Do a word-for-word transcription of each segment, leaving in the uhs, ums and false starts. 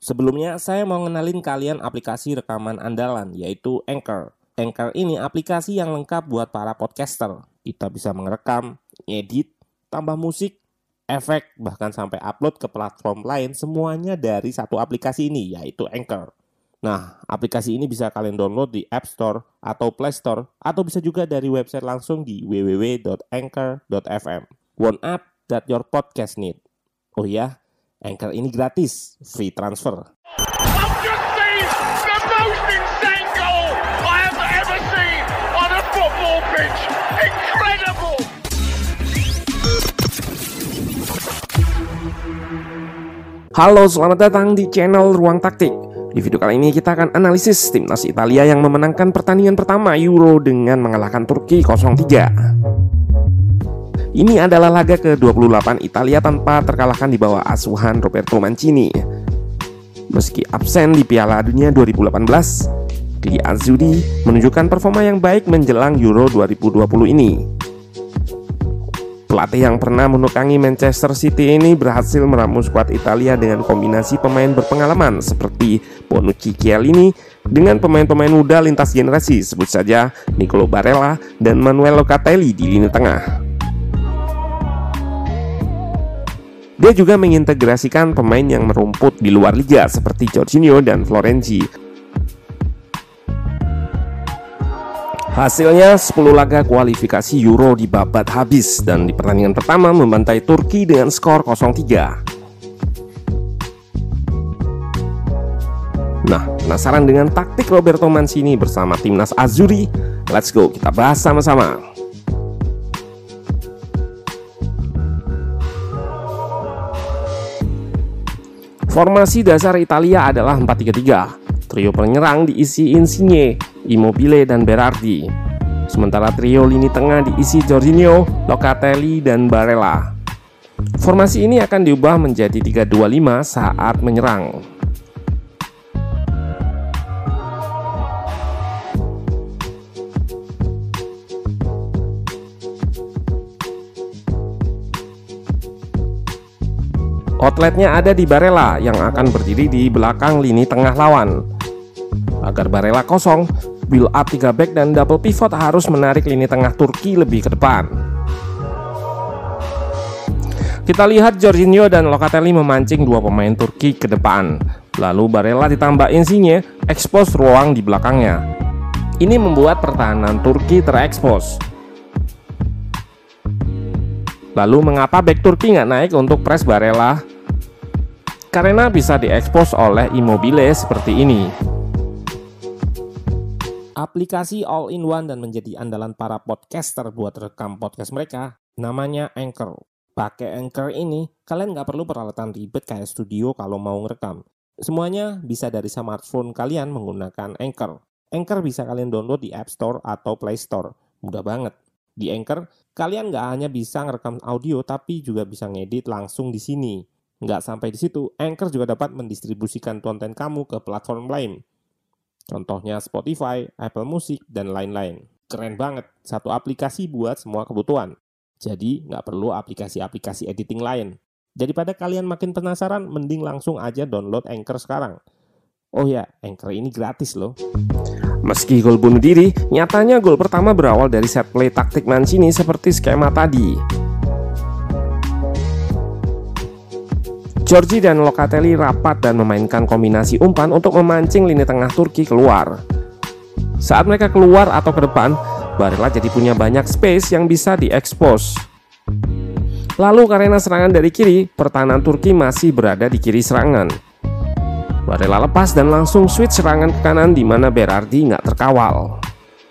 Sebelumnya saya mau ngenalin kalian aplikasi rekaman andalan, yaitu Anchor. Anchor ini aplikasi yang lengkap buat para podcaster. Kita bisa merekam, ngedit, tambah musik, efek, bahkan sampai upload ke platform lain, semuanya dari satu aplikasi ini, yaitu Anchor. Nah, aplikasi ini bisa kalian download di App Store atau Play Store, atau bisa juga dari website langsung di w w w dot anchor dot f m. One app that your podcast need. Oh ya, Anchor ini gratis, free transfer. I've just seen the most insane goal I have ever seen on a football pitch. Incredible! Halo, selamat datang di channel Ruang Taktik. Di video kali ini kita akan analisis timnas Italia yang memenangkan pertandingan pertama Euro dengan mengalahkan Turki nol tiga. Ini adalah laga ke dua puluh delapan Italia tanpa terkalahkan di bawah asuhan Roberto Mancini. Meski absen di Piala Dunia dua ribu delapan belas, Gli Azzurri menunjukkan performa yang baik menjelang Euro dua ribu dua puluh ini. Pelatih yang pernah menukangi Manchester City ini berhasil meramu skuad Italia dengan kombinasi pemain berpengalaman seperti Bonucci, Chiellini dengan pemain-pemain muda lintas generasi, sebut saja Nicolo Barella dan Manuel Locatelli di lini tengah. Dia juga mengintegrasikan pemain yang merumput di luar liga seperti Jorginho dan Florenzi. Hasilnya sepuluh laga kualifikasi Euro dibabat habis dan di pertandingan pertama membantai Turki dengan skor nol tiga. Nah, penasaran dengan taktik Roberto Mancini bersama timnas Azzurri? Let's go, kita bahas sama-sama. Formasi dasar Italia adalah empat tiga tiga. Trio penyerang diisi Insigne, Immobile, dan Berardi. Sementara trio lini tengah diisi Jorginho, Locatelli, dan Barella. Formasi ini akan diubah menjadi tiga dua lima saat menyerang. Outletnya ada di Barella yang akan berdiri di belakang lini tengah lawan. Agar Barella kosong, build up tiga back dan double pivot harus menarik lini tengah Turki lebih ke depan. Kita lihat Jorginho dan Locatelli memancing dua pemain Turki ke depan. Lalu Barella ditambah Insigne, expose ruang di belakangnya. Ini membuat pertahanan Turki terekspos. Lalu mengapa back Turki nggak naik untuk press Barella? Karena bisa diekspos oleh Immobile seperti ini. Aplikasi all-in-one dan menjadi andalan para podcaster buat rekam podcast mereka, namanya Anchor. Pakai Anchor ini, kalian nggak perlu peralatan ribet kayak studio kalau mau ngerekam. Semuanya bisa dari smartphone kalian menggunakan Anchor. Anchor bisa kalian download di App Store atau Play Store. Mudah banget. Di Anchor, kalian nggak hanya bisa ngerekam audio, tapi juga bisa ngedit langsung di sini. Nggak sampai di situ, Anchor juga dapat mendistribusikan konten kamu ke platform lain. Contohnya Spotify, Apple Music, dan lain-lain. Keren banget, satu aplikasi buat semua kebutuhan. Jadi, nggak perlu aplikasi-aplikasi editing lain. Daripada kalian makin penasaran, mending langsung aja download Anchor sekarang. Oh ya, Anchor ini gratis loh. Meski gol bunuh diri, nyatanya gol pertama berawal dari set play taktik Mancini seperti skema tadi. Giorgi dan Locatelli rapat dan memainkan kombinasi umpan untuk memancing lini tengah Turki keluar. Saat mereka keluar atau ke depan, Barella jadi punya banyak space yang bisa diekspos. Lalu karena serangan dari kiri, pertahanan Turki masih berada di kiri serangan. Barella lepas dan langsung switch serangan ke kanan di mana Berardi nggak terkawal.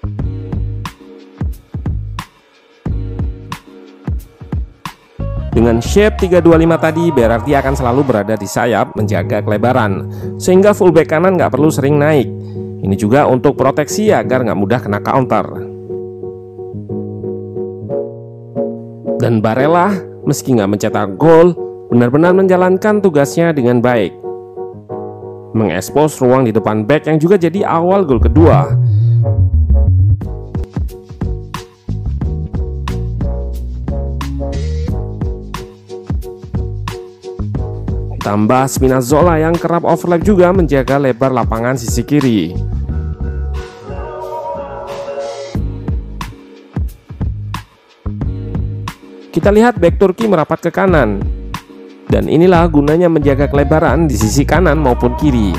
Dengan shape tiga dua lima tadi, Berardi akan selalu berada di sayap menjaga kelebaran, sehingga fullback kanan nggak perlu sering naik. Ini juga untuk proteksi agar nggak mudah kena counter. Dan Barella, meski nggak mencetak gol, benar-benar menjalankan tugasnya dengan baik. Mengekspos ruang di depan back yang juga jadi awal gol kedua. Ditambah Spinazzola yang kerap overlap juga menjaga lebar lapangan sisi kiri. Kita lihat bek Turki merapat ke kanan. Dan inilah gunanya menjaga kelebaran di sisi kanan maupun kiri.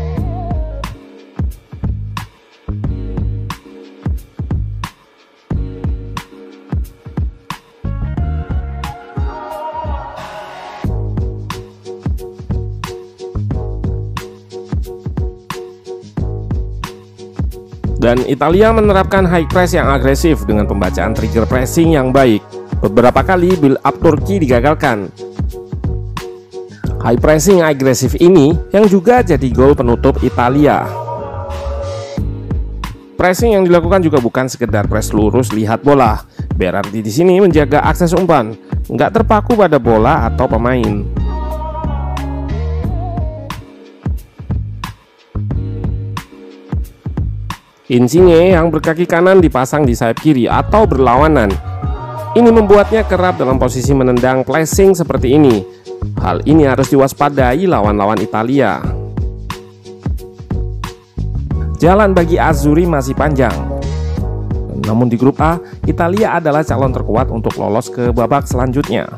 Dan Italia menerapkan high press yang agresif dengan pembacaan trigger pressing yang baik. Beberapa kali build up Turki digagalkan. High pressing agresif ini yang juga jadi gol penutup Italia. Pressing yang dilakukan juga bukan sekedar press lurus lihat bola. Berarti di sini menjaga akses umpan, nggak terpaku pada bola atau pemain. Insigne yang berkaki kanan dipasang di sayap kiri atau berlawanan. Ini membuatnya kerap dalam posisi menendang pressing seperti ini. Hal ini harus diwaspadai lawan-lawan Italia. Jalan bagi Azzurri masih panjang. Namun di grup A, Italia adalah calon terkuat untuk lolos ke babak selanjutnya.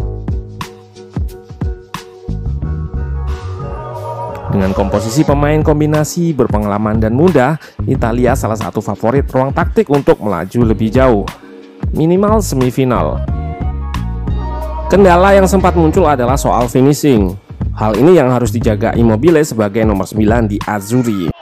Dengan komposisi pemain kombinasi berpengalaman dan muda, Italia salah satu favorit ruang taktik untuk melaju lebih jauh, minimal semifinal. Kendala yang sempat muncul adalah soal finishing. Hal ini yang harus dijaga Immobile sebagai nomor sembilan di Azzurri.